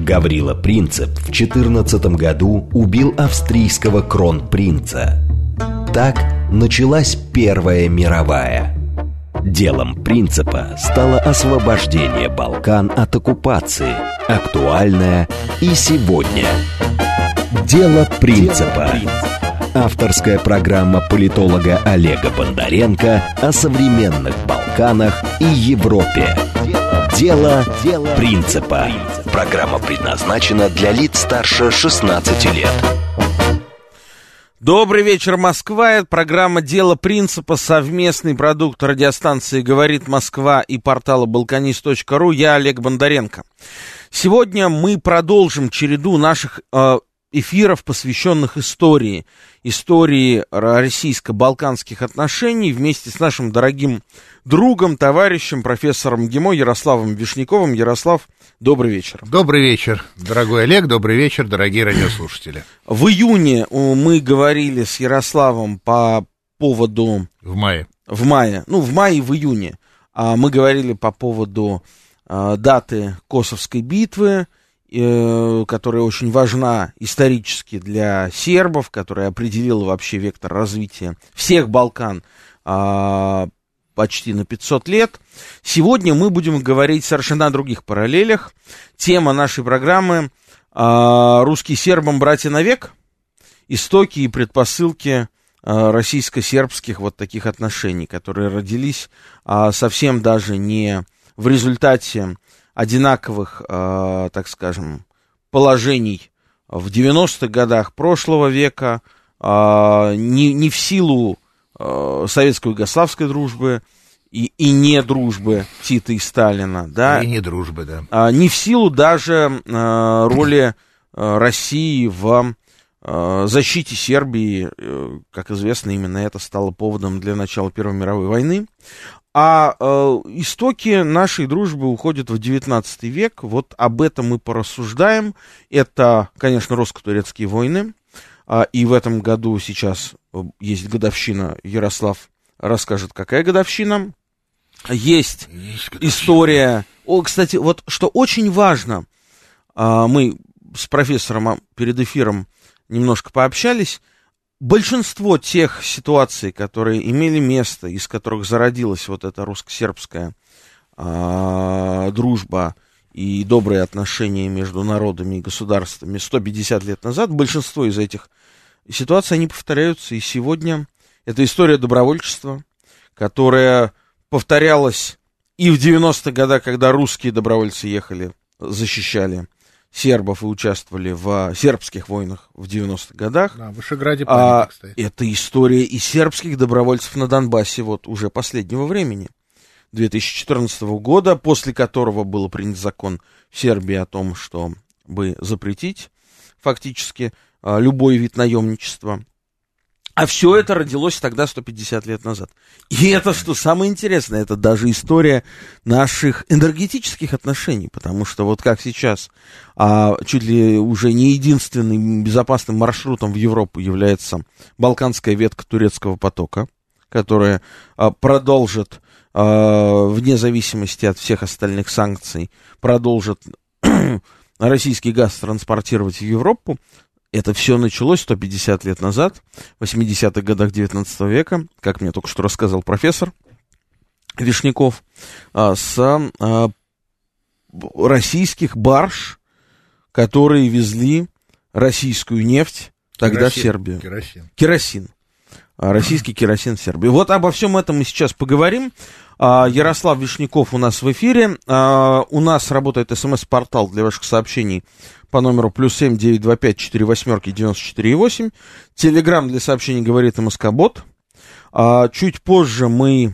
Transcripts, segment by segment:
Гаврила Принцип в 14 году убил австрийского кронпринца. Так началась Первая мировая. Делом Принципа стало освобождение Балкан от оккупации, актуальное и сегодня. Дело Принципа. Авторская программа политолога Олега Бондаренко о современных Балканах и Европе. Дело Принципа. Программа предназначена для лиц старше 16 лет. Добрый вечер, Москва. Это программа «Дело Принципа», совместный продукт радиостанции «Говорит Москва» и портала balkanist.ru. Я Олег Бондаренко. Сегодня мы продолжим череду наших эфиров, посвященных истории российско-балканских отношений, вместе с нашим дорогим другом, товарищем, профессором МГИМО Ярославом Вишняковым. Ярослав, добрый вечер. Добрый вечер, дорогой Олег, добрый вечер, дорогие радиослушатели. В июне мы говорили с Ярославом по поводу... В мае и в июне. Мы говорили по поводу даты Косовской битвы, которая очень важна исторически для сербов, которая определила вообще вектор развития всех Балкан почти на 500 лет. Сегодня мы будем говорить совершенно о других параллелях. Тема нашей программы «Русские сербам братья навек. Истоки и предпосылки российско-сербских вот таких отношений», которые родились совсем даже не в результате одинаковых, так скажем, положений в 90-х годах прошлого века, не в силу советско-югославской дружбы и не дружбы Тита и Сталина, да, и не дружбы, да, не в силу даже роли России в защите Сербии. Как известно, именно это стало поводом для начала Первой мировой войны. А истоки нашей дружбы уходят в XIX век. Вот об этом мы порассуждаем. Это, конечно, русско-турецкие войны. И в этом году сейчас есть годовщина. Ярослав расскажет, какая годовщина. Есть история. Кстати, вот что очень важно, мы с профессором перед эфиром немножко пообщались. Большинство тех ситуаций, которые имели место, из которых зародилась вот эта русско-сербская дружба и добрые отношения между народами и государствами 150 лет назад, большинство из этих ситуаций, они повторяются и сегодня. Это история добровольчества, которая повторялась и в 90-х годах, когда русские добровольцы ехали, защищали сербов и участвовали в сербских войнах в 90-х годах. Да, в Вышеграде памятник стоит. Это история и сербских добровольцев на Донбассе вот уже последнего времени, 2014 года, после которого был принят закон в Сербии о том, чтобы запретить фактически любой вид наемничества. А все это родилось тогда 150 лет назад. И это, что самое интересное, это даже история наших энергетических отношений, потому что вот как сейчас чуть ли уже не единственным безопасным маршрутом в Европу является балканская ветка турецкого потока, которая продолжит, вне зависимости от всех остальных санкций, продолжит российский газ транспортировать в Европу. Это все началось 150 лет назад, в 80-х годах 19 века, как мне только что рассказал профессор Вишняков, с российских барж, которые везли российскую нефть тогда в Сербию. Керосин. Российский керосин в Сербии. Вот обо всем этом мы сейчас поговорим. Ярослав Вишняков у нас в эфире. У нас работает СМС-портал для ваших сообщений по номеру +7 925 48 94,8. Телеграм для сообщений «Говорит МСК-бот». Чуть позже мы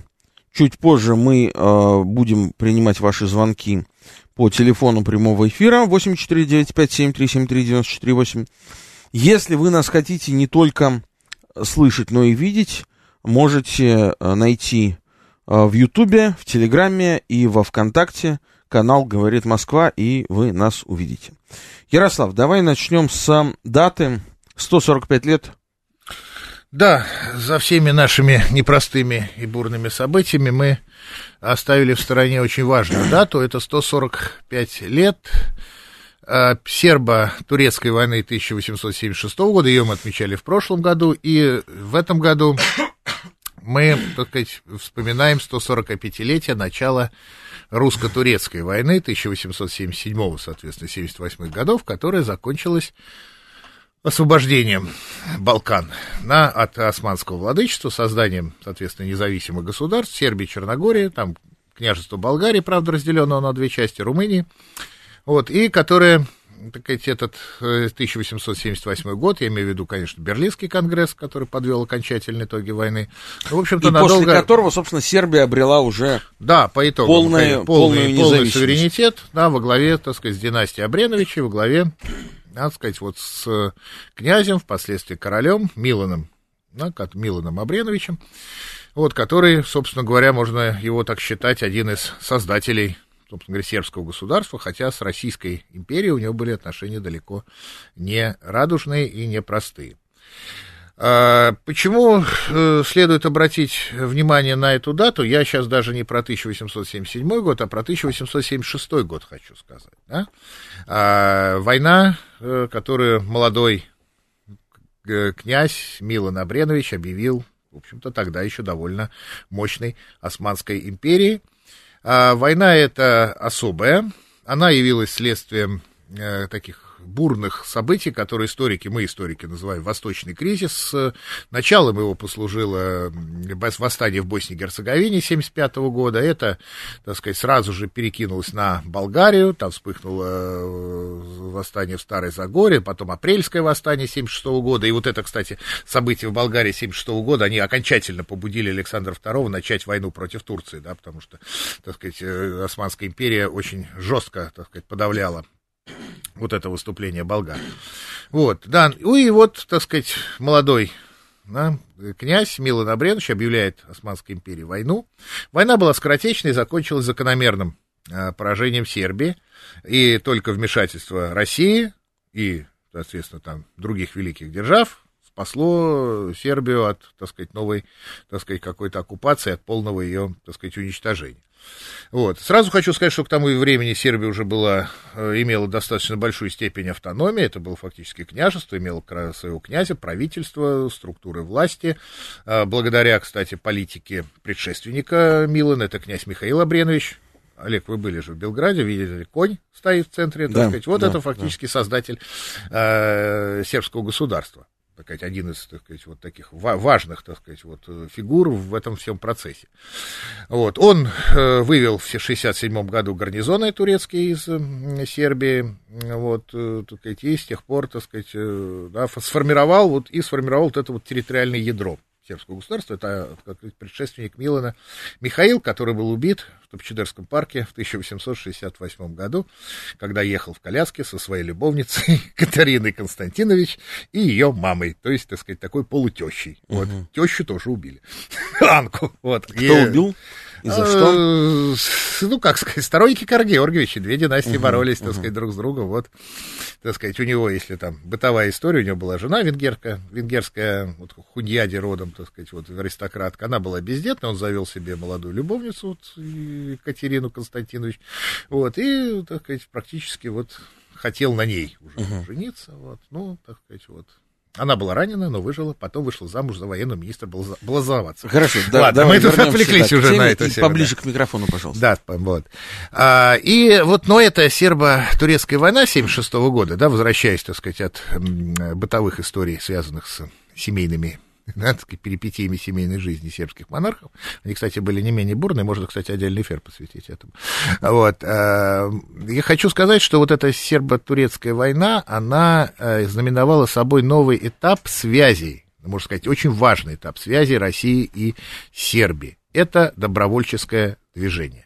будем принимать ваши звонки по телефону прямого эфира 8495-7373-94,8. Если вы нас хотите не только слышать, но и видеть, можете найти в Ютубе, в Телеграме и во ВКонтакте канал «Говорит Москва», и вы нас увидите. Ярослав, давай начнем с даты 145 лет. Да, за всеми нашими непростыми и бурными событиями мы оставили в стороне очень важную дату. Это 145 лет сербо-турецкой войны 1876 года, ее мы отмечали в прошлом году, и в этом году мы, так сказать, вспоминаем 145-летие начала русско-турецкой войны 1877, соответственно, 78 годов, которая закончилась освобождением Балкан от османского владычества, созданием, соответственно, независимых государств, Сербии, Черногории, там княжество Болгарии, правда, разделенного на две части, Румынии, вот, и которое, так сказать, этот 1878 год, я имею в виду, конечно, Берлинский конгресс, который подвел окончательные итоги войны, ну, в общем-то, после которого, собственно, Сербия обрела уже по итогам полный суверенитет, да, во главе, так сказать, с династией Обреновичей, во главе, надо сказать, вот с князем, впоследствии королем Миланом, да, Миланом Обреновичем, вот, который, собственно говоря, можно его так считать, один из создателей, собственно говоря, сербского государства, хотя с Российской империей у него были отношения далеко не радужные и непростые. Почему следует обратить внимание на эту дату? Я сейчас даже не про 1877 год, а про 1876 год хочу сказать. Да? Война, которую молодой князь Милан Обренович объявил, в общем-то, тогда еще довольно мощной Османской империи. Война эта особая, она явилась следствием таких бурных событий, которые мы, историки, называем «Восточный кризис». Началом его послужило восстание в Боснии и Герцеговине 1975 года. Это, так сказать, сразу же перекинулось на Болгарию. Там вспыхнуло восстание в Старой Загоре, потом апрельское восстание 1976 года. И вот это, кстати, события в Болгарии 1976 года, они окончательно побудили Александра II начать войну против Турции, да, потому что, так сказать, Османская империя очень жестко, так сказать, подавляла вот это выступление болгар. Вот, да, и вот, так сказать, молодой, да, князь Милан Обренович объявляет Османской империи войну. Война была скоротечной и закончилась закономерным поражением Сербии, и только вмешательство России и, соответственно, там других великих держав спасло Сербию от, так сказать, новой, так сказать, какой-то оккупации, от полного ее, так сказать, уничтожения. Вот. Сразу хочу сказать, что к тому времени Сербия уже имела достаточно большую степень автономии, это было фактически княжество, имело своего князя, правительство, структуры власти, благодаря, кстати, политике предшественника Милана, это князь Михаил Обренович. Олег, вы были же в Белграде, видели, конь стоит в центре, так сказать, вот это фактически создатель сербского государства. Так сказать, один из, так сказать, вот таких важных, так сказать, вот фигур в этом всем процессе. Вот. Он вывел в 1967 году гарнизоны турецкие из Сербии, вот, так сказать, и с тех пор, так сказать, да, сформировал вот это вот территориальное ядро сербского государства. Это, как предшественник Милана Михаил, который был убит в Топчедерском парке в 1868 году, когда ехал в коляске со своей любовницей Катариной Константинович и ее мамой, то есть, так сказать, такой полутещей. Вот. Тещу тоже убили. Анку. Вот. Кто убил? И за что? Ну, как сказать, сторонники Карла Георгиевича, две династии боролись, так сказать, друг с другом. Вот, так сказать, у него, если там бытовая история, у него была жена венгерская, вот, Хуньяди родом, так сказать, вот, аристократка. Она была бездетна, он завел себе молодую любовницу, вот, Екатерину Константинович, вот, и, так сказать, практически вот хотел на ней уже жениться, вот, ну, так сказать, вот. Она была ранена, но выжила, потом вышла замуж за военного министра Блазоватца. Хорошо, да, ладно, мы тут отвлеклись уже на это. Поближе к микрофону, пожалуйста. Да, вот. И вот, но это сербо-турецкая война 1976 года, да, возвращаясь, так сказать, от бытовых историй, связанных с семейными, да, так сказать, перипетиями семейной жизни сербских монархов. Они, кстати, были не менее бурные, можно, кстати, отдельный эфир посвятить этому. Вот. Я хочу сказать, что вот эта сербо-турецкая война, она знаменовала собой новый этап связей, можно сказать, очень важный этап связи России и Сербии. Это добровольческое движение.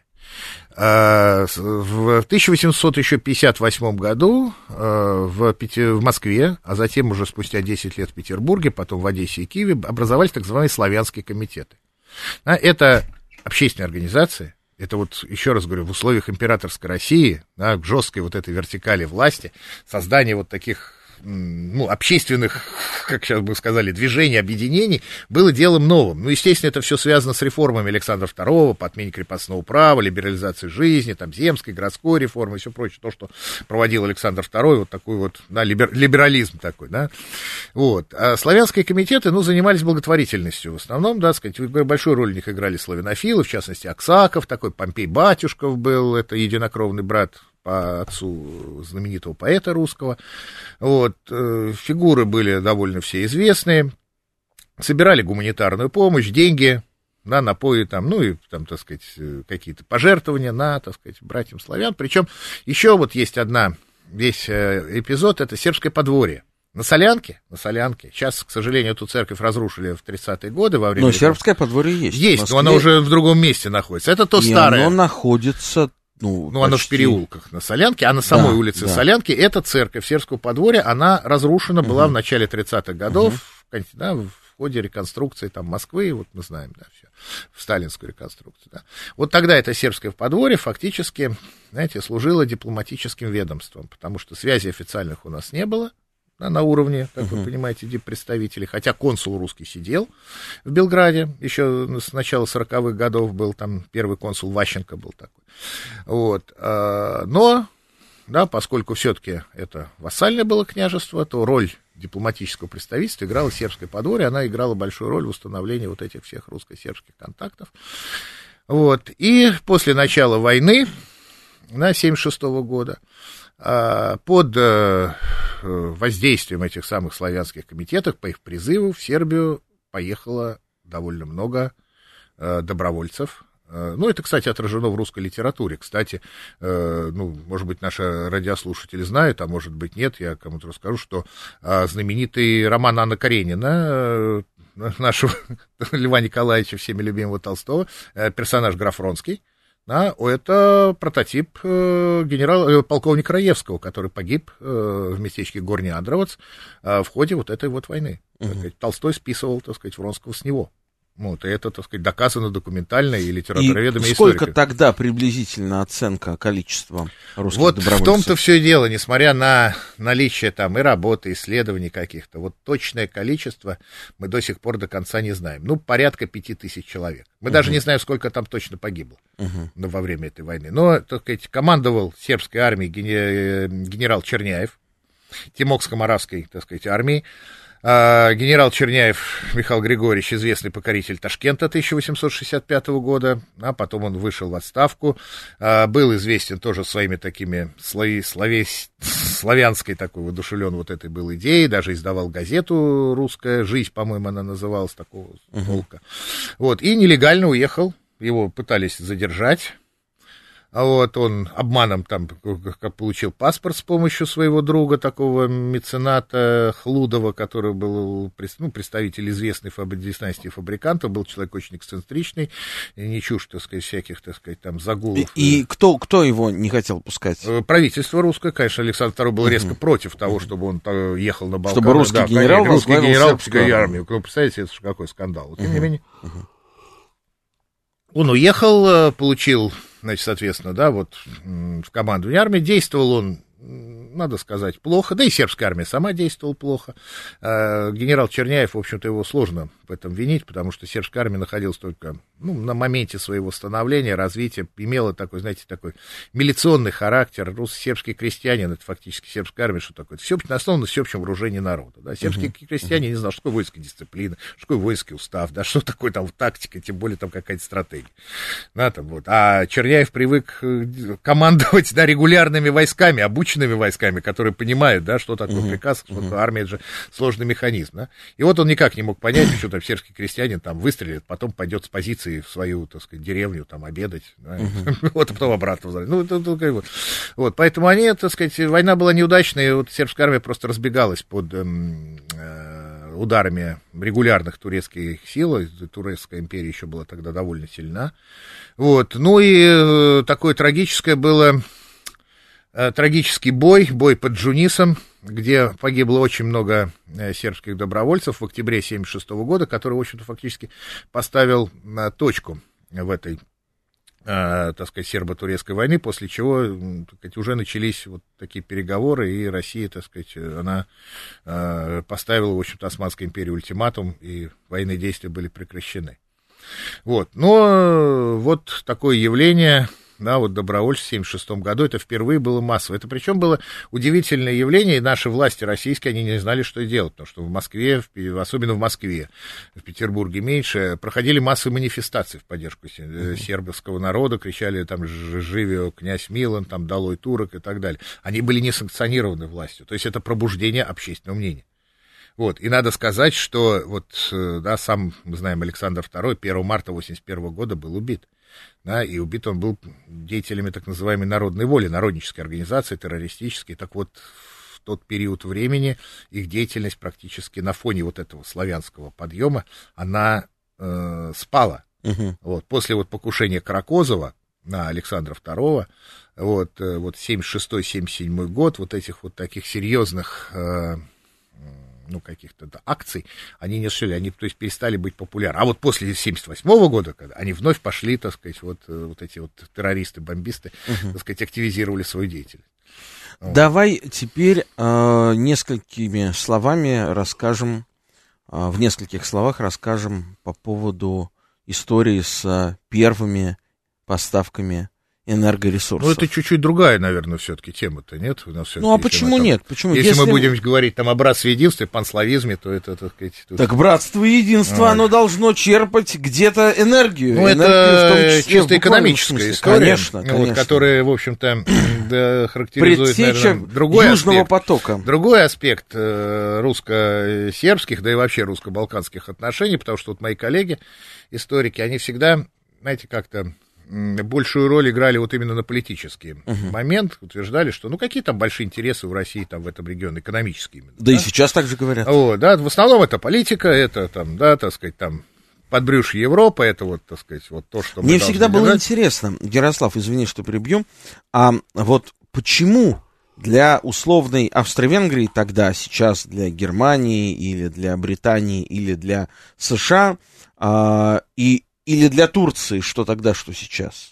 В 1858 году в Москве, а затем уже спустя 10 лет в Петербурге, потом в Одессе и Киеве образовались так называемые славянские комитеты. Это общественная организация, это вот, еще раз говорю, в условиях императорской России, да, жесткой вот этой вертикали власти, создание вот таких общественных, как сейчас бы сказали, движений, объединений, было делом новым. Ну, естественно, это все связано с реформами Александра II, по отмене крепостного права, либерализации жизни, там, земской, городской реформы и все прочее, то, что проводил Александр II, вот такой вот, да, либерализм такой, да. Вот. А славянские комитеты, занимались благотворительностью в основном, да, сказать, большую роль в них играли славянофилы, в частности, Аксаков, такой Помпей Батюшков был, это единокровный брат по отцу знаменитого поэта русского. Вот, фигуры были довольно все известные, собирали гуманитарную помощь, деньги, на напои там, и там, так сказать, какие-то пожертвования на, так сказать, братьям славян. Причем еще вот есть весь эпизод, это сербское подворье. На Солянке. Сейчас, к сожалению, эту церковь разрушили в 30-е годы во время... Но сербское подворье есть. Есть, но оно уже в другом месте находится. Это то старое. Оно находится... оно в переулках на Солянке, а на самой улице Солянки эта церковь сербского подворья, она разрушена была в начале 30-х годов, в ходе реконструкции там Москвы, вот мы знаем, да, все, в сталинскую реконструкцию, да. Вот тогда это сербское подворье фактически, знаете, служило дипломатическим ведомством, потому что связей официальных у нас не было, да, на уровне, как вы понимаете, диппредставителей, хотя консул русский сидел в Белграде, еще с начала 40-х годов был там первый консул Ващенко был такой, вот, но, да, поскольку все-таки это вассальное было княжество, то роль дипломатического представительства играло сербское подворье, она играла большую роль в установлении вот этих всех русско-сербских контактов, вот, и после начала войны, на 1976 года, под воздействием этих самых славянских комитетов, по их призыву, в Сербию поехало довольно много добровольцев. Это, кстати, отражено в русской литературе. Кстати, может быть, наши радиослушатели знают, а может быть, нет, я кому-то расскажу, что знаменитый роман Анна Каренина, нашего Льва Николаевича, всеми любимого Толстого, персонаж граф Вронский, да, это прототип полковника Раевского, который погиб в местечке Горний Андровец в ходе вот этой вот войны. Толстой списывал, так сказать, Вронского с него. Вот, и это, так сказать, доказано документально и литературоведами, и историками. Сколько тогда приблизительно оценка количества русских добровольцев? Вот в том-то все и дело, несмотря на наличие там и работы, исследований каких-то, вот точное количество мы до сих пор до конца не знаем. Порядка 5000 человек. Мы даже не знаем, сколько там точно погибло во время этой войны. Но, так сказать, командовал сербской армией генерал Черняев, Тимокско-Моравской, так сказать, армии. Генерал Черняев Михаил Григорьевич, известный покоритель Ташкента 1865 года, а потом он вышел в отставку, был известен тоже своими такими славянской такой воодушевлен вот этой был идеей, даже издавал газету «Русская жизнь», по-моему, она называлась, такого толка. Вот, и нелегально уехал, его пытались задержать. Вот он обманом там получил паспорт с помощью своего друга, такого мецената Хлудова, который был представитель известной династии фабрикантов, был человек очень эксцентричный, не чушь, так сказать, всяких, так сказать, там загулов. И кто его не хотел пускать? Правительство русское, конечно, Александр II был резко против того, чтобы он ехал на Балканы. Чтобы русский генерал возглавил сербскую армию. Представляете, это же какой скандал. Тем не менее, он уехал, получил, значит, соответственно, да, вот в командовании армии. Действовал он, надо сказать, плохо, да и сербская армия сама действовала плохо. Генерал Черняев, в общем-то, его сложно в этом винить, потому что сербская армия находилась только, на моменте своего становления, развития, имела такой, знаете, такой милиционный характер. Русско-сербский крестьянин, это фактически сербская армия, что такое? Основано на всеобщем вооружении народа. Да? Сербские крестьяне не знали, что такое воинская дисциплина, что такое воинский устав, да, что такое там тактика, тем более там какая-то стратегия. Да, там, вот. А Черняев привык командовать, да, регулярными войсками, обученными войсками, которые понимают, да, что такое приказ, что такое армия, это же сложный механизм. Да? И вот он никак не мог понять, почему там сербский крестьянин там выстрелит, потом пойдет с позиции в свою, так сказать, деревню там обедать, да? Вот, а потом обратно возвращаться. Вот, поэтому они, так сказать, война была неудачная, и вот сербская армия просто разбегалась под ударами регулярных турецких сил, Турецкая империя еще была тогда довольно сильна. Вот, и такое трагическое было, трагический бой под Джунисом, где погибло очень много сербских добровольцев в октябре 1976 года, который, в общем-то, фактически поставил точку в этой так сказать, сербо-турецкой войны, после чего, так сказать, уже начались вот такие переговоры, и Россия, так сказать, она поставила, в общем-то, Османской империи ультиматум, и военные действия были прекращены. Вот, но вот такое явление, да, вот добровольцы в 1976 году, это впервые было массово. Это причем было удивительное явление, и наши власти российские, они не знали, что делать, потому что в Москве, особенно в Москве, в Петербурге меньше, проходили массовые манифестации в поддержку сербского народа, кричали там «Живио князь Милан», там «Долой турок» и так далее. Они были не санкционированы властью, то есть это пробуждение общественного мнения. Вот, и надо сказать, что вот, да, сам, мы знаем, Александр II 1 марта 1981 года был убит. Да, и убит он был деятелями так называемой народной воли, народнической организации, террористической. Так вот, в тот период времени их деятельность практически на фоне вот этого славянского подъема, она спала. Вот, после вот покушения Каракозова на Александра II, вот 76-77 год, вот этих вот таких серьезных каких-то акций, они не осуществляли, они, то есть, перестали быть популярны. А вот после 1978 года, когда они вновь пошли, так сказать, вот эти вот террористы, бомбисты, так сказать, активизировали свою деятельность. Давай теперь несколькими словами расскажем, в нескольких словах расскажем по поводу истории с первыми поставками энергоресурсов. Ну, это чуть-чуть другая, наверное, все-таки тема-то, нет? У нас ну, а почему нет? Почему? Если мы будем говорить там о братстве и единстве, панславизме, то это, так сказать... Так братство и единство, оно должно черпать где-то энергию. Ну, это чисто экономическая история, конечно. Вот, которая, в общем-то, характеризует, наверное, другой Южного аспект. потока. Другой аспект русско-сербских, да и вообще русско-балканских отношений, потому что вот мои коллеги, историки, они всегда, знаете, как-то большую роль играли вот именно на политический момент, утверждали, что ну какие там большие интересы у России там в этом регионе, экономические именно. Да и сейчас так же говорят. Вот, да, в основном это политика, это там, да, так сказать, там подбрюшье Европы, это вот, так сказать, вот то, что мы Мне всегда было держать. интересно, Ярослав, извини, что перебью, а вот почему для условной Австро-Венгрии тогда, сейчас для Германии или для Британии или для США или для Турции, что тогда, что сейчас.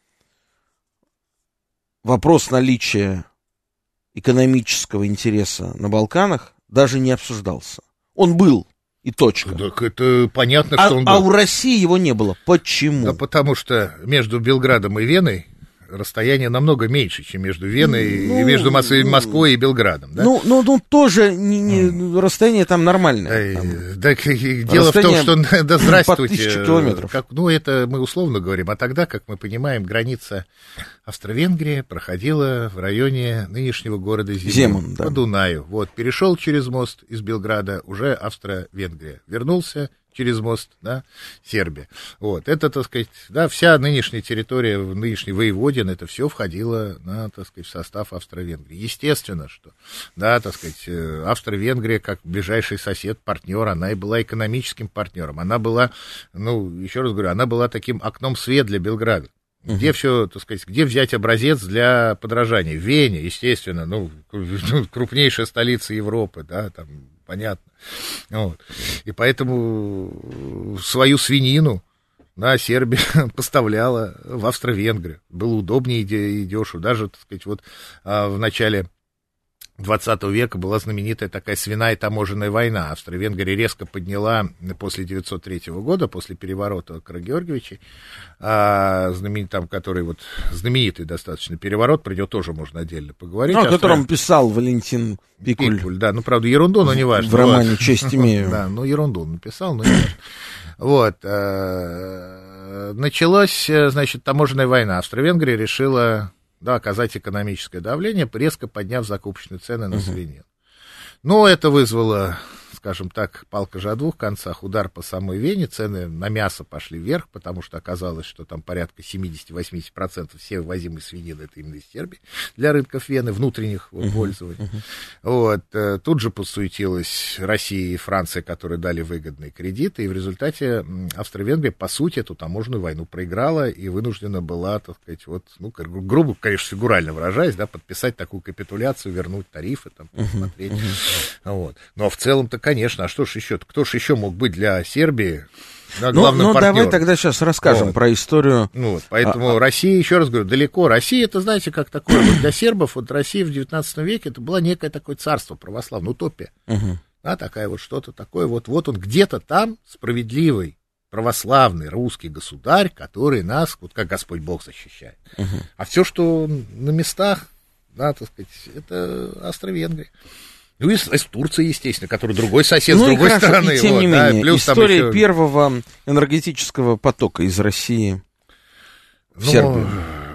Вопрос наличия экономического интереса на Балканах даже не обсуждался. Он был, и точка. Так это понятно, что он был. А у России его не было. Почему? Да потому что между Белградом и Веной расстояние намного меньше, чем между Веной и между Москвой и Белградом. Да? Ну, тоже расстояние там нормальное. Дело в том, что, да здравствуйте, по 1000 километров. Это мы условно говорим, а тогда, как мы понимаем, граница Австро-Венгрии проходила в районе нынешнего города Земун, по Дунаю. Вот, перешел через мост из Белграда, уже Австро-Венгрия. Вернулся через мост, да, Сербия. Вот, это, так сказать, да, вся нынешняя территория, нынешний Воеводин, это все входило, так сказать, в состав Австро-Венгрии. Естественно, что, да, так сказать, Австро-Венгрия, как ближайший сосед, партнер, она и была экономическим партнером. Она была, еще раз говорю, она была таким окном в свет для Белграда. Где все, так сказать, где взять образец для подражания? В Вене, естественно, крупнейшая столица Европы, да, там, понятно. Вот. И поэтому свою свинину, да, Сербия поставляла в Австро-Венгрию. Было удобнее и дешево. Даже, так сказать, вот в начале 20 века была знаменитая такая свиная таможенная война. Австро-Венгрия резко подняла после 903 года, после переворота Карагеоргиевичей, который вот знаменитый достаточно переворот, про него тоже можно отдельно поговорить. О котором писал Валентин Пикуль. Да, правда, ерунду, но не важно. В романе «Честь имею». Да, ерунду написал, но не важно. Вот. Началась, значит, таможенная война. Австро-Венгрия решила оказать экономическое давление, резко подняв закупочные цены на свинину. Но это вызвало, скажем так, палка же о двух концах, удар по самой Вене, цены на мясо пошли вверх, потому что оказалось, что там порядка 70-80% всей ввозимой свинины это именно из Сербии для рынков Вены, внутренних пользований. Вот. Тут же подсуетилась Россия и Франция, которые дали выгодные кредиты, и в результате Австро-Венгрия, по сути, эту таможенную войну проиграла и вынуждена была, так сказать, грубо, конечно, фигурально выражаясь, подписать такую капитуляцию, вернуть тарифы, посмотреть. Вот. Но в целом-то, конечно, а что ж еще, кто ж еще мог быть для Сербии главным партнером? Давай тогда сейчас расскажем про историю. Вот, поэтому Россия, еще раз говорю, далеко. Россия, это, знаете, как такое, вот для сербов, вот Россия в 19 веке, это было некое такое царство православное, утопия. Да, такая вот что-то такое, вот он где-то там справедливый, православный русский государь, который нас, вот как Господь Бог защищает. А все, что на местах, да, так сказать, это Австро-Венгрия. Ну, из Турции, естественно, который другой сосед с другой стороны. И тем не менее, плюс история еще... первого энергетического потока из России в Сербию.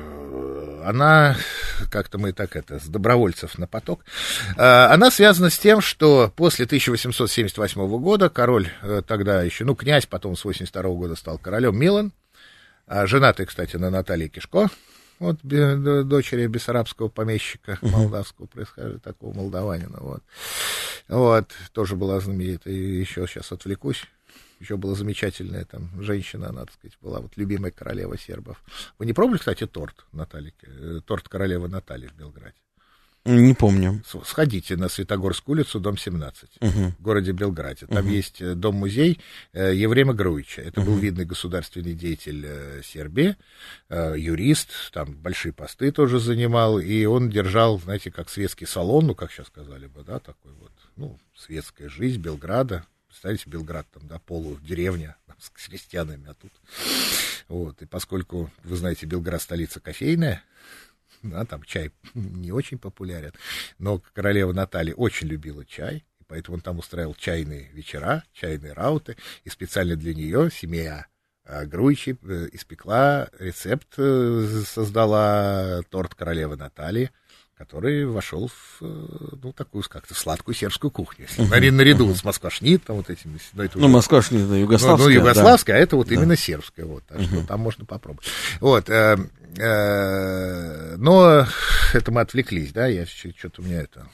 Она, как-то мы так с добровольцев на поток, она связана с тем, что после 1878 года король тогда еще, князь, потом с 82 года стал королем Милан, женатый, кстати, на Наталье Кишко, вот дочери бессарабского помещика молдавского происхождения, такого молдаванина, вот, тоже была знаменитая, и еще сейчас отвлекусь. Еще была замечательная там женщина, она, так сказать, была вот любимая королева сербов. Вы не пробовали, кстати, торт королевы Натальи в Белграде? Не помню. Сходите на Светогорскую улицу, дом 17, в городе Белграде. Там есть дом-музей Ефрема Груевича. Это был видный государственный деятель Сербии, юрист, там большие посты тоже занимал, и он держал, знаете, как светский салон, как сейчас сказали бы, да, такой вот, светская жизнь Белграда. Представляете, Белград, там, да, полудеревня с крестьянами, а тут... Вот, и поскольку, вы знаете, Белград столица кофейная, да, там чай не очень популярен, но королева Наталья очень любила чай, и поэтому он там устраивал чайные вечера, чайные рауты, и специально для нее семья Груичи испекла рецепт, создала торт королевы Натальи, который вошел в, такую, как-то сладкую сербскую кухню. Наряду с Москва-Шнит, там вот этими... Москва-Шнит, югославская. Югославская, а это вот именно сербская, вот, так что там можно попробовать. Вот, но это мы отвлеклись, да, что-то у меня это...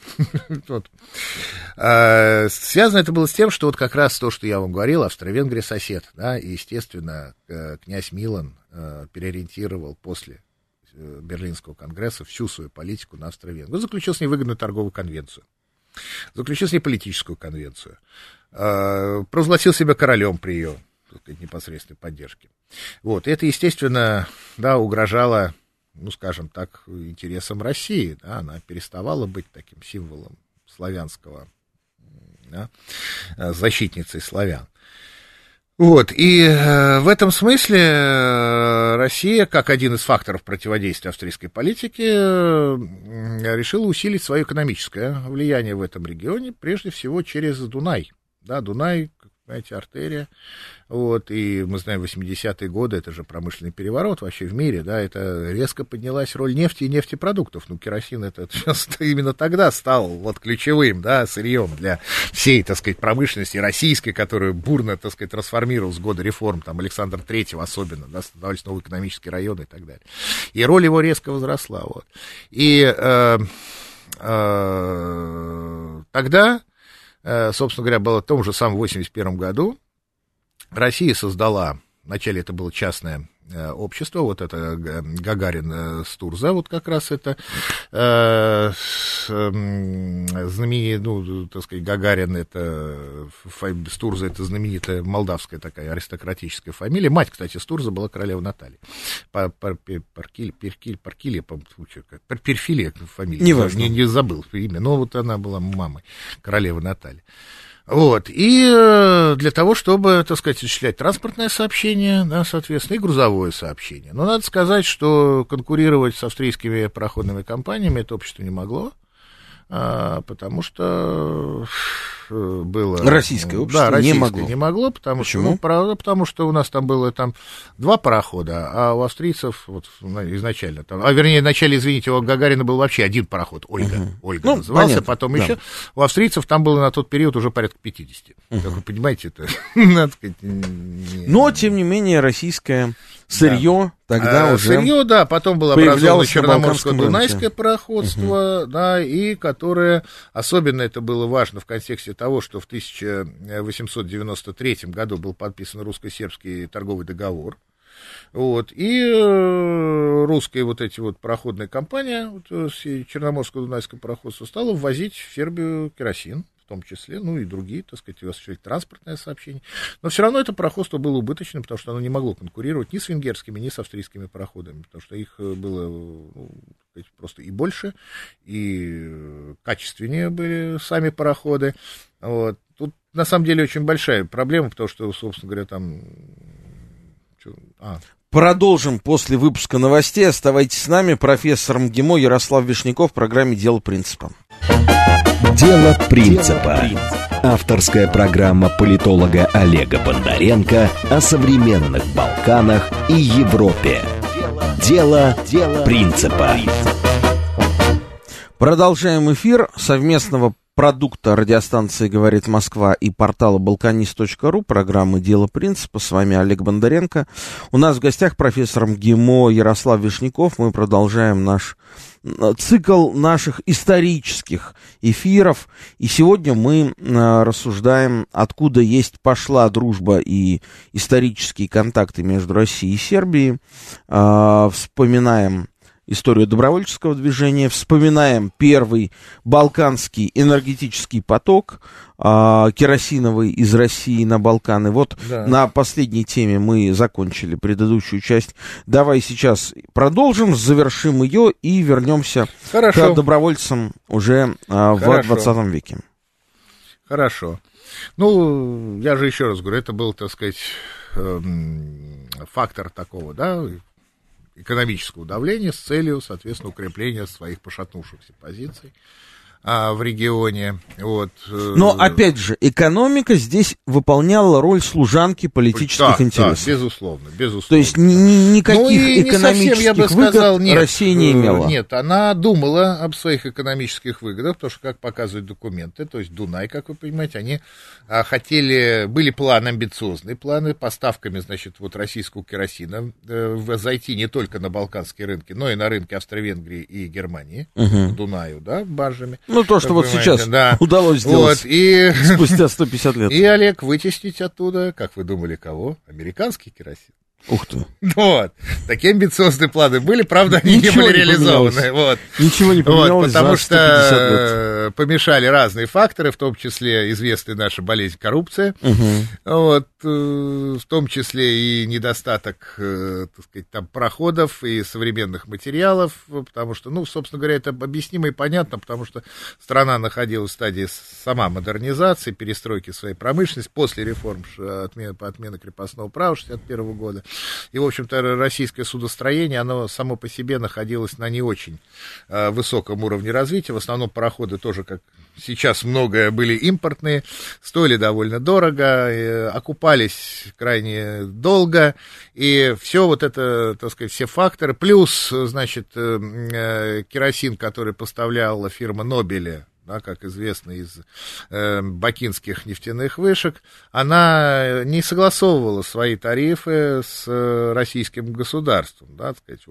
Связано это было с тем, что вот как раз то, что я вам говорил, Австро-Венгрия сосед, да, и, естественно, князь Милан переориентировал после Берлинского конгресса всю свою политику на Австро-Венгрию. Он заключил с ней выгодную торговую конвенцию, заключил с ней политическую конвенцию, провозгласил себя королем при ее, так сказать, непосредственной поддержке. Вот, и это, естественно, да, угрожало, скажем так, интересам России, да, она переставала быть таким символом славянского, да, защитницей славян. Вот, и в этом смысле Россия, как один из факторов противодействия австрийской политике, решила усилить свое экономическое влияние в этом регионе, прежде всего через Дунай. Да, Дунай, как знаете, артерия. Вот, и мы знаем, 80-е годы, это же промышленный переворот вообще в мире, да, это резко поднялась роль нефти и нефтепродуктов. Керосин это именно тогда стал вот ключевым, да, сырьем для всей, так сказать, промышленности российской, которую бурно, так сказать, трансформировал с года реформ, там, Александра Третьего особенно, да, создавались новые экономические районы и так далее. И роль его резко возросла, вот. И тогда, собственно говоря, было в том же самом 81 году, Россия создала, вначале это было частное общество, вот это Гагарин Стурза, вот как раз это знаменитый, так сказать, Гагарин, это Стурза, это знаменитая молдавская такая аристократическая фамилия. Мать, кстати, Стурза была королева Наталья. Перфилия фамилия. Не забыл имя, но вот она была мамой королевы Натальи. Вот, и для того, чтобы, так сказать, осуществлять транспортное сообщение, да, соответственно, и грузовое сообщение. Но надо сказать, что конкурировать с австрийскими пароходными компаниями это общество не могло, потому что было... Российское общество, да, российское не могло. Потому Почему? Что, потому что у нас там было два парохода, а у австрийцев вот изначально, вначале, извините, у Гагарина был вообще один пароход, Ольга назывался, понятно, потом еще. У австрийцев там было на тот период уже порядка 50. Как вы понимаете, это, надо сказать... Но, тем не менее, российское сырье тогда уже... Сырье, да, потом было образовано Черноморско-Дунайское пароходство, да, и которое, особенно это было важно в контексте того, что в 1893 году был подписан русско-сербский торговый договор. Вот, и русская вот эти вот пароходная компания, вот, Черноморско-Дунайское пароходство, стала ввозить в Сербию керосин, в том числе, ну и другие, так сказать, осуществлять транспортное сообщение. Но все равно это пароходство было убыточным, потому что оно не могло конкурировать ни с венгерскими, ни с австрийскими пароходами, потому что их было, ну, просто и больше, и качественнее были сами пароходы. Вот. Тут на самом деле очень большая проблема, потому что, собственно говоря, там... Продолжим после выпуска новостей. Оставайтесь с нами. Профессор МГИМО Ярослав Вишняков в программе «Дело принципа». «Дело принципа». Авторская программа политолога Олега Бондаренко о современных Балканах и Европе. «Дело принципа». Продолжаем эфир совместного продукта радиостанции «Говорит Москва» и портала balkanist.ru, программы «Дело принципа». С вами Олег Бондаренко. У нас в гостях профессор МГИМО Ярослав Вишняков. Мы продолжаем наш цикл наших исторических эфиров. И сегодня мы рассуждаем, откуда пошла дружба и исторические контакты между Россией и Сербией. Вспоминаем историю добровольческого движения, вспоминаем первый балканский энергетический поток, керосиновый из России на Балканы. Вот да. На последней теме мы закончили предыдущую часть. Давай сейчас продолжим, завершим ее и вернемся к добровольцам уже в 20 веке. Хорошо. Ну, я же еще раз говорю, это был, так сказать, фактор такого, да, экономического давления с целью, соответственно, укрепления своих пошатнувшихся позиций в регионе. Вот. Но, опять же, экономика здесь выполняла роль служанки политических интересов. Да, безусловно. То есть никаких экономических выгод Россия не имела. Нет, она думала об своих экономических выгодах, потому что, как показывают документы, то есть Дунай, как вы понимаете, они были планы, амбициозные планы, поставками, значит, вот российского керосина зайти не только на балканские рынки, но и на рынки Австро-Венгрии и Германии, Дунаю, да, баржами. Ну, то, что вот сейчас удалось сделать спустя 150 лет. И, Олег, вытеснить оттуда, как вы думали, кого? Американский керосин. Ух ты. Вот. Такие амбициозные планы были, правда, они не были реализованы. Вот. Ничего не поменялось потому за 150 лет. Что помешали разные факторы, в том числе известная наша болезнь коррупция, вот, в том числе и недостаток, так сказать, там, проходов и современных материалов, потому что, ну, собственно говоря, это объяснимо и понятно, потому что страна находилась в стадии сама модернизации, перестройки своей промышленности после реформ отмены крепостного права 1961 года. И, в общем-то, российское судостроение, оно само по себе находилось на не очень высоком уровне развития. В основном пароходы тоже, как сейчас многое, были импортные, стоили довольно дорого, окупались крайне долго. И все вот это, так сказать, все факторы, плюс, значит, керосин, который поставляла фирма Нобеля, да, как известно из бакинских нефтяных вышек, она не согласовывала свои тарифы с российским государством, да, так сказать,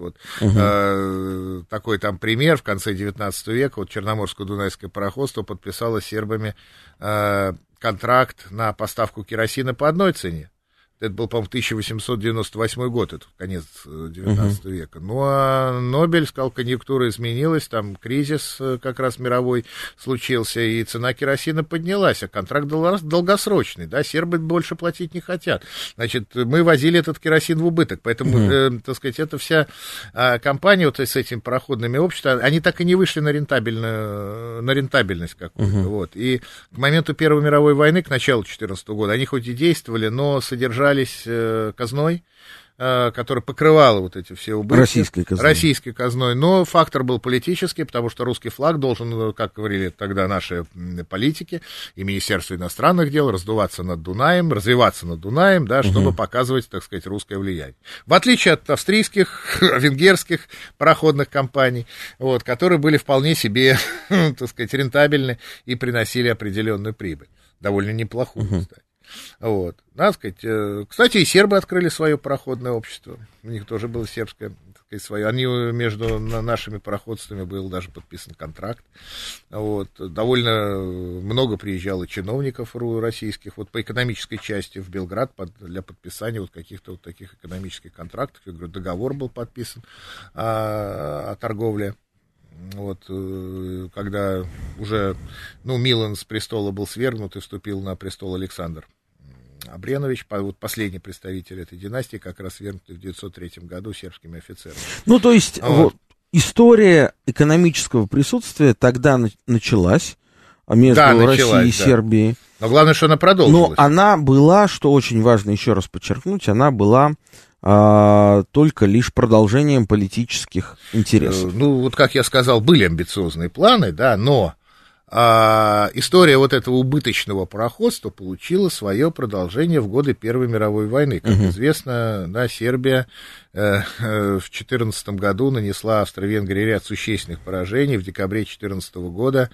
вот такой там пример: в конце 19 века вот Черноморское Дунайское пароходство подписало с сербами контракт на поставку керосина по одной цене. Это был, по-моему, 1898 год, это конец 19 века. Ну, а Нобель сказал, конъюнктура изменилась, там кризис как раз мировой случился, и цена керосина поднялась, а контракт долгосрочный, да, сербы больше платить не хотят. Значит, мы возили этот керосин в убыток, поэтому, так сказать, эта вся компания вот с этими пароходными обществами, они так и не вышли на рентабельность какую-то, вот. И к моменту Первой мировой войны, к началу 14 года, они хоть и действовали, но содержались казной, которая покрывала вот эти все убытки. Российской казной. Но фактор был политический, потому что русский флаг должен, как говорили тогда наши политики и Министерство иностранных дел, раздуваться над Дунаем, развиваться над Дунаем, да, чтобы показывать, так сказать, русское влияние. В отличие от австрийских, венгерских пароходных компаний, вот, которые были вполне себе, так сказать, рентабельны и приносили определенную прибыль. Довольно неплохую, кстати. Вот, надо сказать, кстати, и сербы открыли свое пароходное общество, у них тоже было сербское, так сказать, свое, они между нашими пароходствами был даже подписан контракт, вот, довольно много приезжало чиновников российских, вот по экономической части в Белград для подписания вот каких-то вот таких экономических контрактов, я говорю, договор был подписан о торговле вот, когда уже, Милан с престола был свергнут и вступил на престол Александр Обренович, вот последний представитель этой династии, как раз свергнутый в 903 году сербскими офицерами. То есть история экономического присутствия тогда началась между Россией и Сербией. Но главное, что она продолжилась. Но она была, что очень важно еще раз подчеркнуть, она была только лишь продолжением политических интересов. Вот как я сказал, были амбициозные планы, да, но история вот этого убыточного пароходства получила свое продолжение в годы Первой мировой войны. Как известно, да, Сербия в 2014 году нанесла Австро-Венгрии ряд существенных поражений. В декабре 2014 года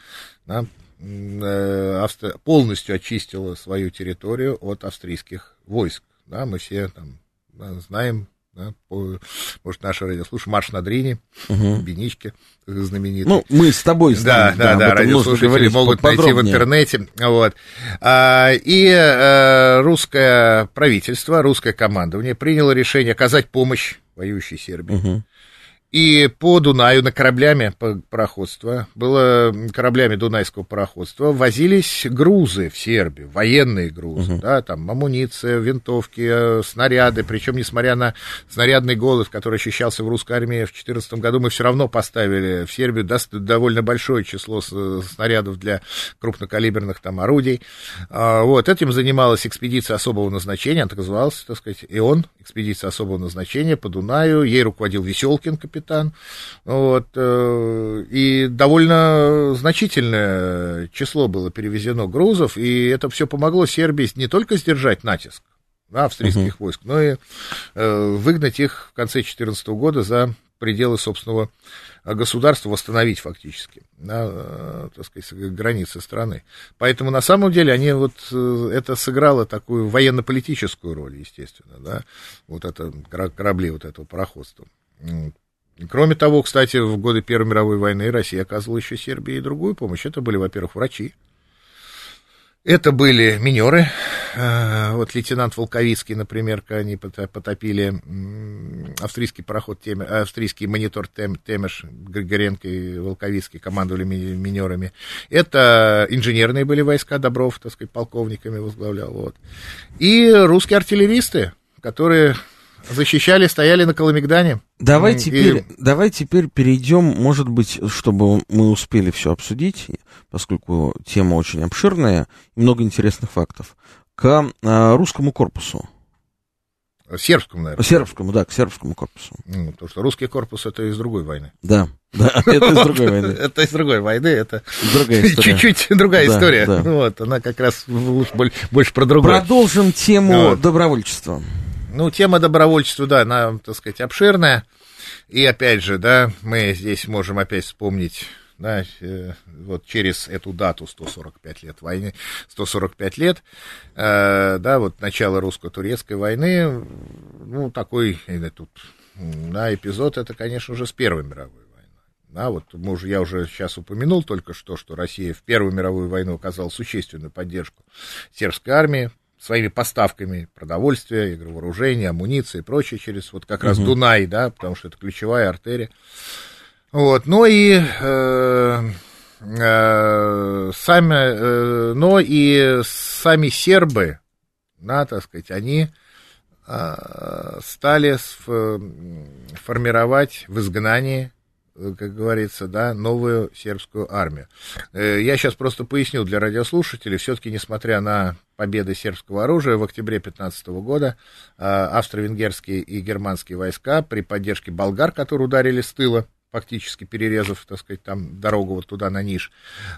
полностью очистила свою территорию от австрийских войск. Да, мы все там знаем, да, может, наши радиослушатели, «Марш на Дрине», «Бенички» знаменитый. Мы с тобой знаем. Да, радиослушатели могут найти в интернете. Вот. И русское правительство, русское командование приняло решение оказать помощь воюющей Сербии. И по Дунаю на кораблями пароходства, кораблями Дунайского пароходства возились грузы в Сербию, военные грузы, да, там амуниция, винтовки, снаряды, причем несмотря на снарядный голод, который ощущался в русской армии в 2014 году, мы все равно поставили в Сербию довольно большое число снарядов для крупнокалиберных там орудий. Вот, этим занималась экспедиция особого назначения, она так называлась, так сказать, ИОН, экспедиция особого назначения по Дунаю, ей руководил Веселкин, капитан. Вот, и довольно значительное число было перевезено грузов, и это все помогло Сербии не только сдержать натиск австрийских войск, но и выгнать их в конце 2014 года за пределы собственного государства, восстановить фактически, так сказать, границы страны. Поэтому на самом деле это сыграло такую военно-политическую роль, естественно, да, вот это корабли вот этого пароходства. Кроме того, кстати, в годы Первой мировой войны Россия оказывала еще Сербии и другую помощь. Это были, во-первых, врачи. Это были минеры. Вот лейтенант Волковицкий, например, когда они потопили австрийский пароход, австрийский монитор Темеш, Григоренко и Волковицкий командовали минерами. Это инженерные были войска, Добров, так сказать, полковниками возглавлял. Вот. И русские артиллеристы, которые защищали, стояли на Калымегдане. Давай теперь перейдем, может быть, чтобы мы успели все обсудить, поскольку тема очень обширная, много интересных фактов, к русскому корпусу. Сербскому, наверное. К сербскому корпусу. Потому что русский корпус — это из другой войны. Да, это из другой войны. Это из другой войны, это другая история. Чуть-чуть другая история. Вот, она как раз больше про другое. Продолжим тему добровольчества. Тема добровольчества, да, она, так сказать, обширная. И опять же, да, мы здесь можем опять вспомнить, да, вот через эту дату 145 лет войны, 145 лет, да, вот начало русско-турецкой войны, такой тут, да, эпизод, это, конечно, уже с Первой мировой войны. Да, вот я уже сейчас упомянул только что Россия в Первую мировую войну оказала существенную поддержку сербской армии своими поставками продовольствия, вооружения, амуниции и прочее через вот как раз Дунай, да, потому что это ключевая артерия. Вот, сами сербы, да, так сказать, они стали формировать в изгнании, как говорится, да, новую сербскую армию. Я сейчас просто поясню для радиослушателей, все-таки, несмотря на победы сербского оружия, в октябре 2015 года австро-венгерские и германские войска при поддержке болгар, которые ударили с тыла, фактически перерезав, так сказать, там дорогу вот туда на Ниш,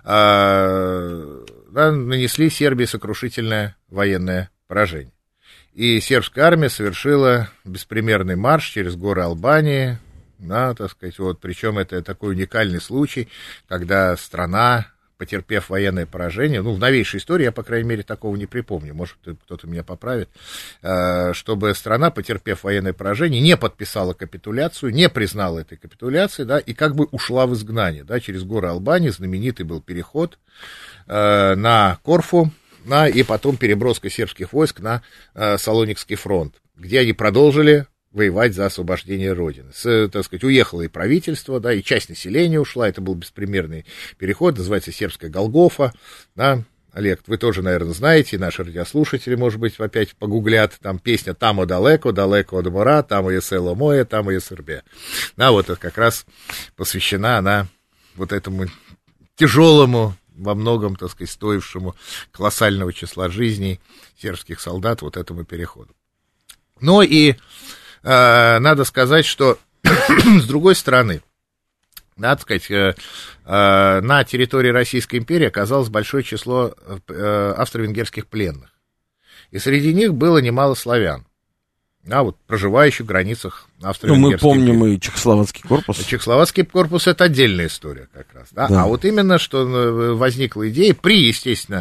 нанесли Сербии сокрушительное военное поражение. И сербская армия совершила беспримерный марш через горы Албании, да, так сказать, вот, причем это такой уникальный случай, когда страна, потерпев военное поражение, в новейшей истории я, по крайней мере, такого не припомню, может, кто-то меня поправит, чтобы страна, потерпев военное поражение, не подписала капитуляцию, не признала этой капитуляции, да, и как бы ушла в изгнание, да, через горы Албании, знаменитый был переход на Корфу, и потом переброска сербских войск на Салоникский фронт, где они продолжили воевать за освобождение Родины. Так сказать, уехало и правительство, да, и часть населения ушла, это был беспримерный переход, называется сербская Голгофа, да. Олег, вы тоже, наверное, знаете, наши радиослушатели, может быть, опять погуглят, там песня «Тамо далеко, далеко от мора, тамо е село мое, тамо е Сербия». Да, вот это как раз посвящена она вот этому тяжелому, во многом, так сказать, стоившему колоссального числа жизней сербских солдат вот этому переходу. Но и надо сказать, что с другой стороны, надо сказать, на территории Российской империи оказалось большое число австро-венгерских пленных. И среди них было немало славян, вот, проживающих в границах Австро-Венгерской империи. Мы помним и Чехословацкий корпус. Чехословацкий корпус — это отдельная история как раз. Да? Да. А вот именно, что возникла идея при, естественно,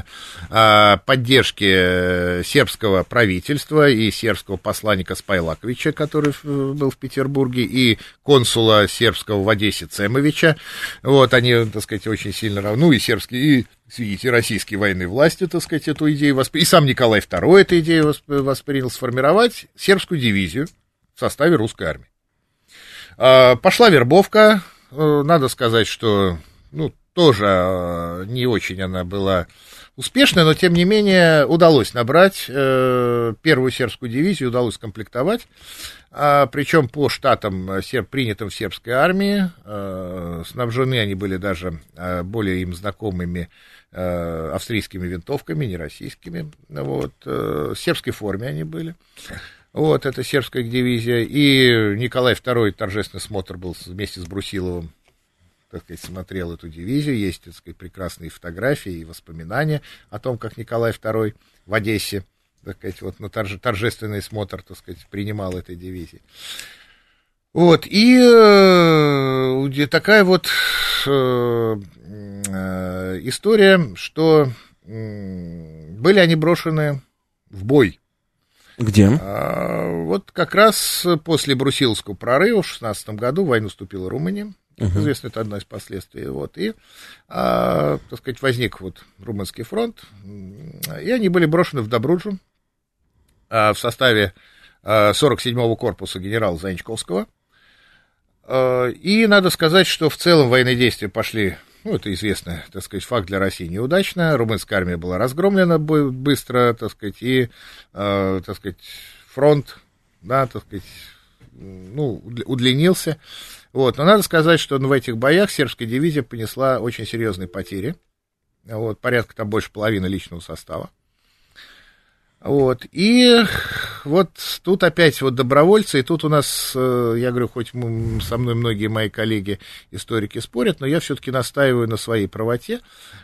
поддержке сербского правительства и сербского посланника Спайлаковича, который был в Петербурге, и консула сербского в Одессе Цемовича. Вот, они, так сказать, очень сильно равны, и сербские, и российские военные власти, так сказать, эту идею восприняли. И сам Николай II эту идею воспринял, сформировать сербскую дивизию в составе русской армии. Пошла вербовка, надо сказать, что, тоже не очень она была успешная, но, тем не менее, удалось набрать первую сербскую дивизию, удалось скомплектовать, причем по штатам, принятым в сербской армии, снабжены они были даже более им знакомыми австрийскими винтовками, не российскими, вот, в сербской форме они были. Вот, это сербская дивизия, и Николай II торжественный смотр был вместе с Брусиловым, так сказать, смотрел эту дивизию, есть, так сказать, прекрасные фотографии и воспоминания о том, как Николай II в Одессе, так сказать, вот на торжественный смотр, так сказать, принимал этой дивизии. Вот, и такая вот история, что были они брошены в бой. Где? Вот как раз после Брусиловского прорыва в 16 году в войну вступила Румыния, как известно, это одно из последствий, вот, и, так сказать, возник вот Румынский фронт, и они были брошены в Добруджу в составе 47-го корпуса генерала Занчковского, и надо сказать, что в целом военные действия пошли, это известный, так сказать, факт для России, неудачно. Румынская армия была разгромлена быстро, так сказать, и, так сказать, фронт, да, так сказать, удлинился. Вот. Но надо сказать, что в этих боях сербская дивизия понесла очень серьезные потери. Вот, порядка там больше половины личного состава. Вот, и вот тут опять вот добровольцы, и тут у нас, я говорю, хоть со мной многие мои коллеги-историки спорят, но я все-таки настаиваю на своей правоте,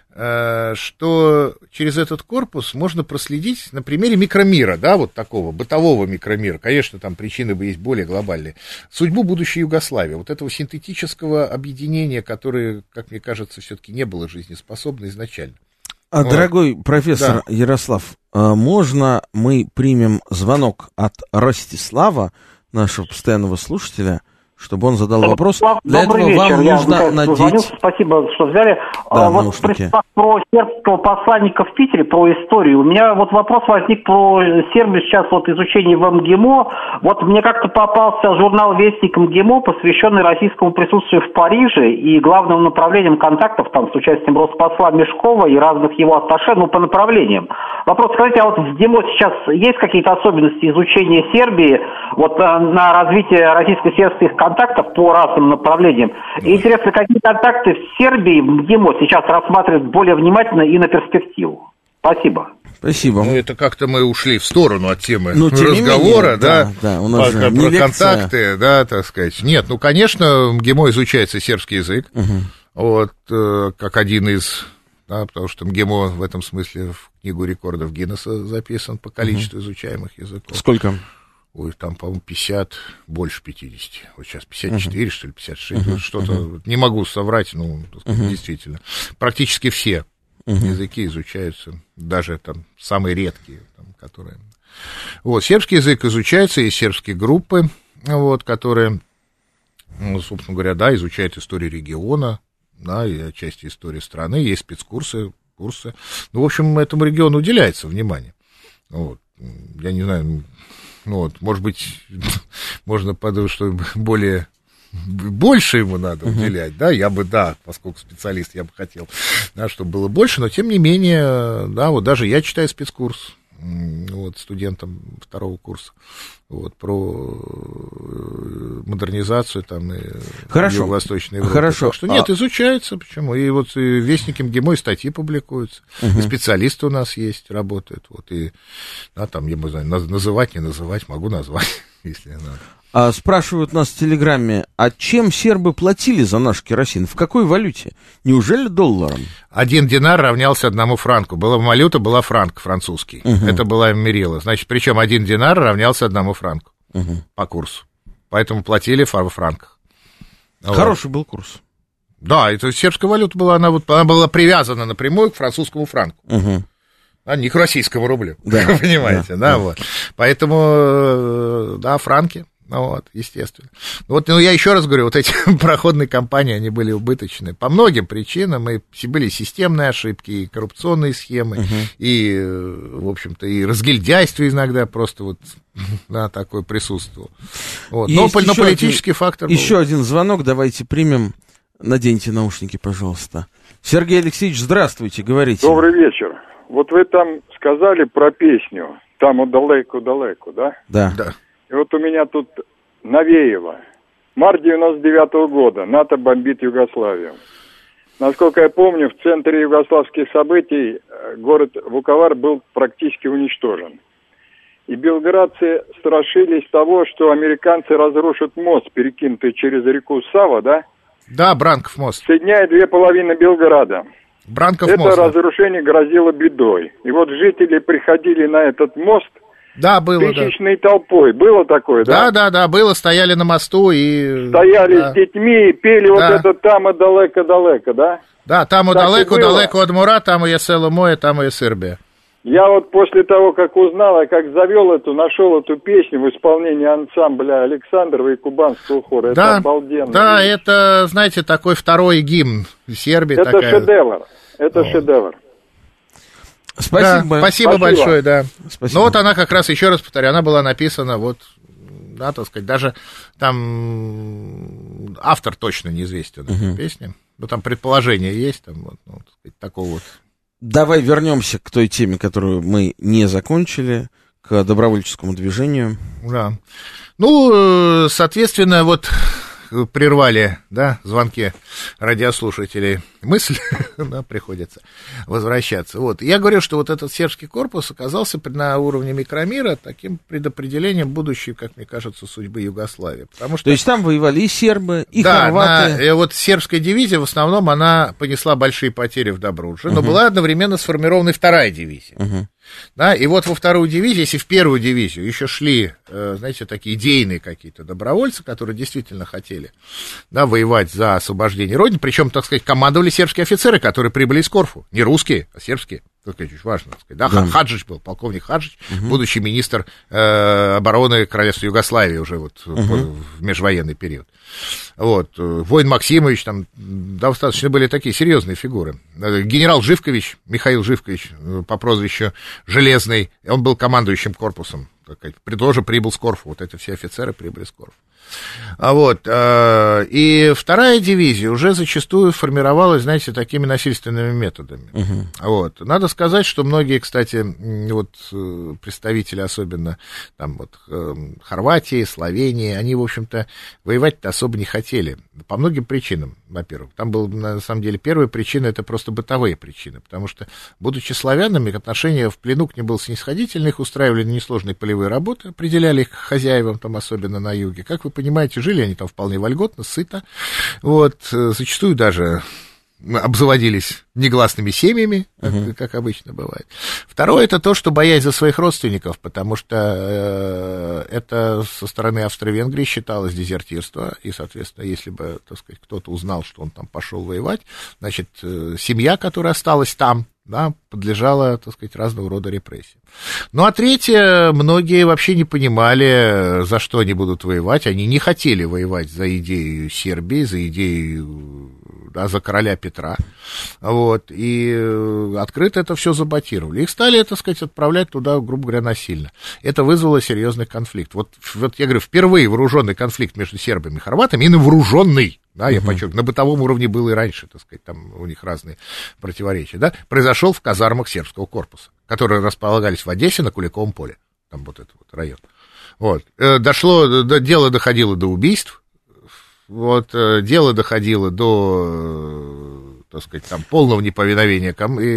что через этот корпус можно проследить на примере микромира, да, вот такого бытового микромира, конечно, там причины есть более глобальные, судьбу будущей Югославии, вот этого синтетического объединения, которое, как мне кажется, все-таки не было жизнеспособно изначально. Дорогой профессор Ярослав, можно мы примем звонок от Ростислава, нашего постоянного слушателя, чтобы он задал вопрос? Для этого вечер. вам нужно надеть... Спасибо, что взяли. Да, вот про сербского посланника в Питере, про историю. У меня вот вопрос возник про Сербию сейчас, вот изучение в МГИМО. Вот мне как-то попался журнал «Вестник МГИМО», посвященный российскому присутствию в Париже и главным направлением контактов там с участием Роспосла Мешкова и разных его атташе, по направлениям. Вопрос, скажите, а вот в МГИМО сейчас есть какие-то особенности изучения Сербии вот на развитие российско-сербских контактов по разным направлениям? И интересно, какие контакты в Сербии МГИМО сейчас рассматривают более внимательно и на перспективу? Спасибо. Спасибо. Это как-то мы ушли в сторону от темы разговора, да, у нас про контакты, да, так сказать. Нет, конечно, в МГИМО изучается сербский язык, вот, как один из, да, потому что МГИМО в этом смысле в книгу рекордов Гиннесса записан по количеству изучаемых языков. Сколько? Ой, там, по-моему, 50, больше 50. Вот сейчас 54, что ли, 56. Что-то, не могу соврать, действительно. Практически все языки изучаются, даже там самые редкие, там, которые... Вот, сербский язык изучается, есть сербские группы, вот, которые, собственно говоря, да, изучают историю региона, да, и отчасти истории страны, есть спецкурсы, курсы. В общем, этому региону уделяется внимание. Вот. Я не знаю... Вот, может быть, можно подумать, что больше ему надо уделять, да, я бы, да, поскольку специалист, я бы хотел, да, чтобы было больше, но тем не менее, да, вот даже я читаю спецкурс, вот, студентам 2-го курса, вот, про модернизацию там и Юго-Восточной Европы. Хорошо. Так что нет, изучается, почему, и вот и вестники МГИМО и статьи публикуются, и специалисты у нас есть, работают, вот, и, да, там, я не знаю, называть, не называть, могу назвать, если надо. Спрашивают нас в Телеграме, а чем сербы платили за наш керосин? В какой валюте? Неужели долларом? 1 динар равнялся 1 франку. Валюта была франк французский. Это была мерила. Значит, причем 1 динар равнялся 1 франку по курсу. Поэтому платили в франках. Хороший был курс. Да, это сербская валюта была, она была привязана напрямую к французскому франку. А не к российскому рублю. Да, понимаете, да, вот. Поэтому, да, франки. Ну, вот, естественно. Вот, ну, я еще раз говорю, вот эти проходные кампании, они были убыточные по многим причинам, и были системные ошибки, и коррупционные схемы, и, в общем-то, и разгильдяйство иногда просто вот, да, такое присутствовало. Вот. Но политический фактор был. Еще один звонок, давайте примем. Наденьте наушники, пожалуйста. Сергей Алексеевич, здравствуйте, говорите. Добрый вечер. Вот вы там сказали про песню «Там далеко-далеко», да? Да. И вот у меня тут Навеева. Март 99-го года. НАТО бомбит Югославию. Насколько я помню, в центре югославских событий город Вуковар был практически уничтожен. И белградцы страшились того, что американцы разрушат мост, перекинутый через реку Сава, да? Да, Бранков мост. Соединяя 2,5 Белграда. Бранков Это мост. разрушение грозило бедой. И вот жители приходили на этот мост, да, было, тысячной толпой. Было такое, да? Да, было, стояли на мосту и... Стояли с детьми и пели вот это «Там и далеко-далеко», да? Да, «Там и далеко-далеко от Мура, там и я село мое, там и Сербия». Я вот после того, как узнал, как нашел эту песню в исполнении ансамбля Александрова и Кубанского хора. Это обалденно. Да, это, знаете, такой второй гимн Сербии. Это шедевр. Это шедевр. Спасибо. Да, спасибо большое, да. Спасибо. Ну вот она как раз, еще раз повторю, она была написана вот, да, так сказать, даже там автор точно неизвестен этой песни. Ну там предположение есть, там вот, ну, так сказать, такого вот. Давай вернемся к той теме, которую мы не закончили, к добровольческому движению. Да. Ну, соответственно, вот прервали, да, звонки радиослушателей. Мысль, да, приходится возвращаться. Вот. Я говорю, что вот этот сербский корпус оказался на уровне микромира таким предопределением будущей, как мне кажется, судьбы Югославии. Потому что... То есть там воевали и сербы, и хорваты. Вот сербская дивизия, в основном, она понесла большие потери в Добрудже, но была одновременно сформирована и вторая дивизия. Да, и вот во вторую дивизию, если в первую дивизию еще шли, знаете, такие идейные какие-то добровольцы, которые действительно хотели, да, воевать за освобождение Родины, причем, так сказать, командовали сербские офицеры, которые прибыли из Корфу, не русские, а сербские. Это очень важно, так сказать. Да, Хаджич был, полковник Хаджич, будущий министр обороны Королевства Югославии уже вот в межвоенный период. Вот. Воин Максимович, там достаточно были такие серьезные фигуры. Генерал Живкович, Михаил Живкович, по прозвищу Железный, он был командующим корпусом, тоже прибыл с Корфу, вот эти все офицеры прибыли с Корфу. Вот. И вторая дивизия уже зачастую формировалась, знаете, такими насильственными методами. Вот. Надо сказать, что многие, кстати, вот представители, особенно там вот Хорватии, Словении, они, в общем-то, воевать-то особо не хотели. По многим причинам, во-первых. Там была, на самом деле, первая причина — это просто бытовые причины, потому что, будучи славянами, отношение в плену к ним было снисходительное, их устраивали несложные полевые работы, определяли их хозяевам, там, особенно на юге. Как вы понимаете, жили они там вполне вольготно, сыто, вот, зачастую даже обзаводились негласными семьями, как обычно бывает. Второе — это то, что боясь за своих родственников, потому что это со стороны Австро-Венгрии считалось дезертирство, и, соответственно, если бы, так сказать, кто-то узнал, что он там пошел воевать, значит, семья, которая осталась там, да, подлежала, так сказать, разного рода репрессиям. Ну, а третье, многие вообще не понимали, за что они будут воевать. Они не хотели воевать за идею Сербии, за идею да, за короля Петра, вот, и открыто это все заботировали. Их стали, так сказать, отправлять туда, грубо говоря, насильно. Это вызвало серьезный конфликт. Вот я говорю, впервые вооруженный конфликт между сербами и хорватами, именно вооруженный, да, я подчеркну, на бытовом уровне был и раньше, так сказать, там у них разные противоречия, да, произошел в казармах сербского корпуса, которые располагались в Одессе на Куликовом поле, там вот этот вот район. Вот. Дело доходило до убийств, вот, дело доходило до, так сказать, там, полного неповиновения.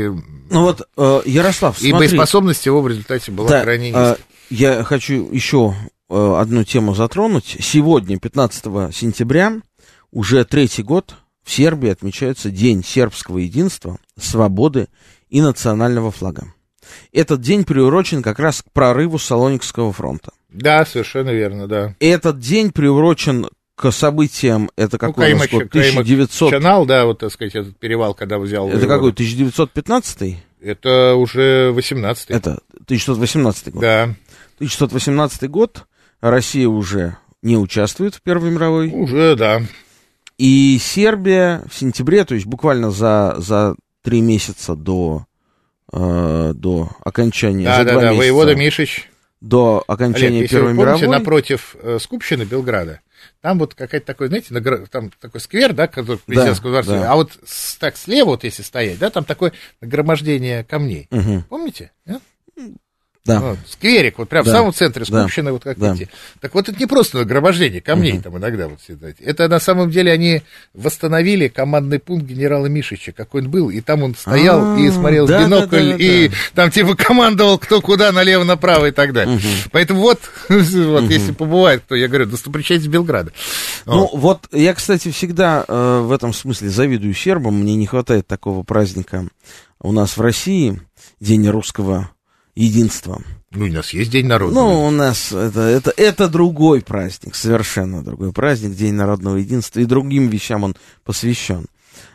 Ярослав, смотри. И боеспособность его в результате была крайне низкой. Я хочу еще одну тему затронуть. Сегодня, 15 сентября, уже 3-й год в Сербии отмечается День сербского единства, свободы и национального флага. Этот день приурочен как раз к прорыву Салоникского фронта. Да, совершенно верно, да. Этот день приурочен к событиям, это какой у нас год? 1900... Канал, да, вот, так сказать, этот перевал, когда взял... Это какой, 1915-й? Это уже 18-й. Это 1918 год. Да. 1918 год, Россия уже не участвует в Первой мировой. Уже, да. И Сербия в сентябре, то есть буквально за 3 месяца до окончания... Да, воевода Мишич. До окончания Олег, Первой мировой. Помните, напротив Скупщины Белграда, там вот какая-то такой, знаете, там такой сквер, да, который президентского дворца, а вот так слева, вот если стоять, да, там такое нагромождение камней. Помните? Да. Вот, скверик, вот прям в самом центре Скупщины, вот как видите. Так вот это не просто нагромождение камней там иногда вот всегда. Это на самом деле они восстановили командный пункт генерала Мишича, какой он был, и там он стоял и смотрел в бинокль, и там типа командовал кто куда, налево-направо и так далее. Поэтому вот если побывает кто, я говорю, достопримечательность Белграда. Ну вот я, кстати, всегда в этом смысле завидую сербам, мне не хватает такого праздника у нас в России, День русского единства. Ну, у нас есть День народного. Ну, у нас это другой праздник, совершенно другой праздник, День народного единства, и другим вещам он посвящен.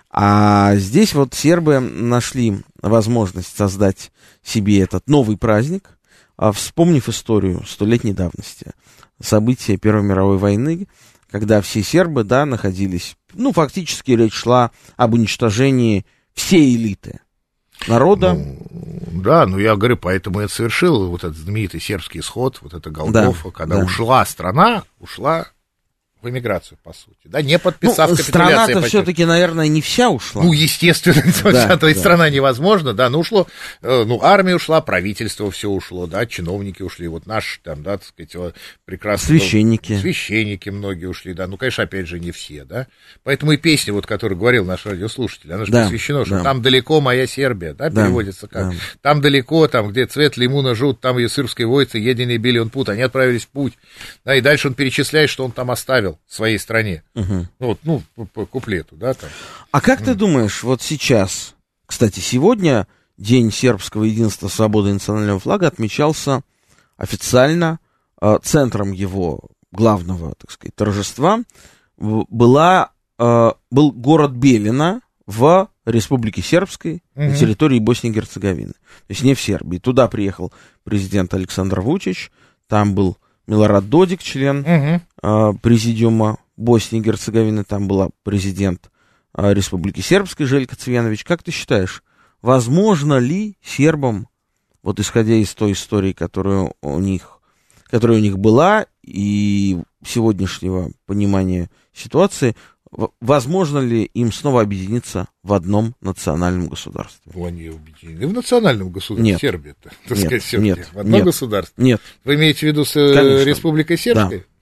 А здесь вот сербы нашли возможность создать себе этот новый праздник, вспомнив историю 100-летней давности, события Первой мировой войны, когда все сербы, да, находились, ну, фактически речь шла об уничтожении всей элиты народа. Да, я говорю, поэтому это совершил вот этот знаменитый сербский исход, вот эта Голгофа, когда ушла страна, ушла в эмиграцию, по сути, да, не подписав капитуляцию. Страна-то все-таки, наверное, не вся ушла. Ну, естественно, то есть страна невозможна, да, ушло, армия ушла, правительство все ушло, да, чиновники ушли, вот наши там, да, так сказать, прекрасно. Священники многие ушли, да, конечно, опять же, не все, да, поэтому и песня, вот, которую говорил наш радиослушатель, она же посвящена, что там далеко моя Сербия, да, переводится как, там далеко, там, где цвет лимуна жут, там и сырской войцы, единый били он путь, они отправились в путь, да, и дальше он перечисляет, что он там оставил в своей стране. По куплету, да, там. А как ты думаешь, вот сейчас, кстати, сегодня День сербского единства, свободы и национального флага отмечался официально, центром его главного, так сказать, торжества был город Белина в Республике Сербской, на территории Боснии и Герцеговины. То есть не в Сербии. Туда приехал президент Александр Вучич, там был Милорад Додик, член президиума Боснии и Герцеговины, там была президент Республики Сербской Желька Цвиянович. Как ты считаешь, возможно ли сербам, вот исходя из той истории, которая у них была, и сегодняшнего понимания ситуации, возможно ли им снова объединиться в одном национальном государстве? Они объединены в национальном государстве. Нет. Сербия-то, так сказать, нет, в одно государство? Нет. Вы имеете в виду с Республикой Сербской? Да.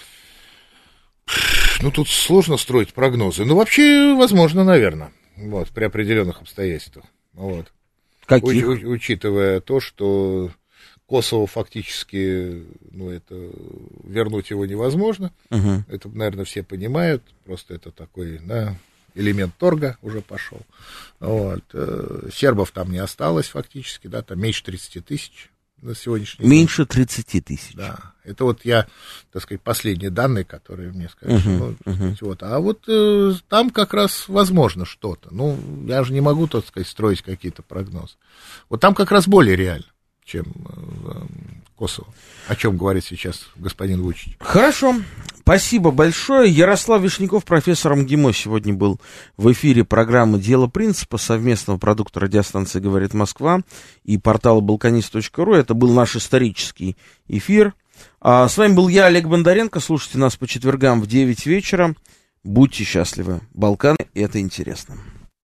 Тут сложно строить прогнозы. Вообще, возможно, наверное. Вот, при определенных обстоятельствах. Вот. Каких? Учитывая то, что Косово фактически, это вернуть его невозможно. Это, наверное, все понимают. Просто это такой, элемент торга уже пошел. Вот. Сербов там не осталось фактически, да, там меньше 30 тысяч на сегодняшний день. Меньше 30 тысяч. Да. Это вот я, так сказать, последние данные, которые мне сказали. А вот там как раз возможно что-то. Я же не могу, так сказать, строить какие-то прогнозы. Вот там как раз более реально, чем Косово. О чем говорит сейчас господин Вучич. Хорошо. Спасибо большое. Ярослав Вишняков, профессор МГИМО, сегодня был в эфире программы «Дело принципа», совместного продукта радиостанции «Говорит Москва» и портала balkanist.ru. Это был наш исторический эфир. С вами был я, Олег Бондаренко. Слушайте нас по четвергам в 9 вечера. Будьте счастливы. Балканы — это интересно.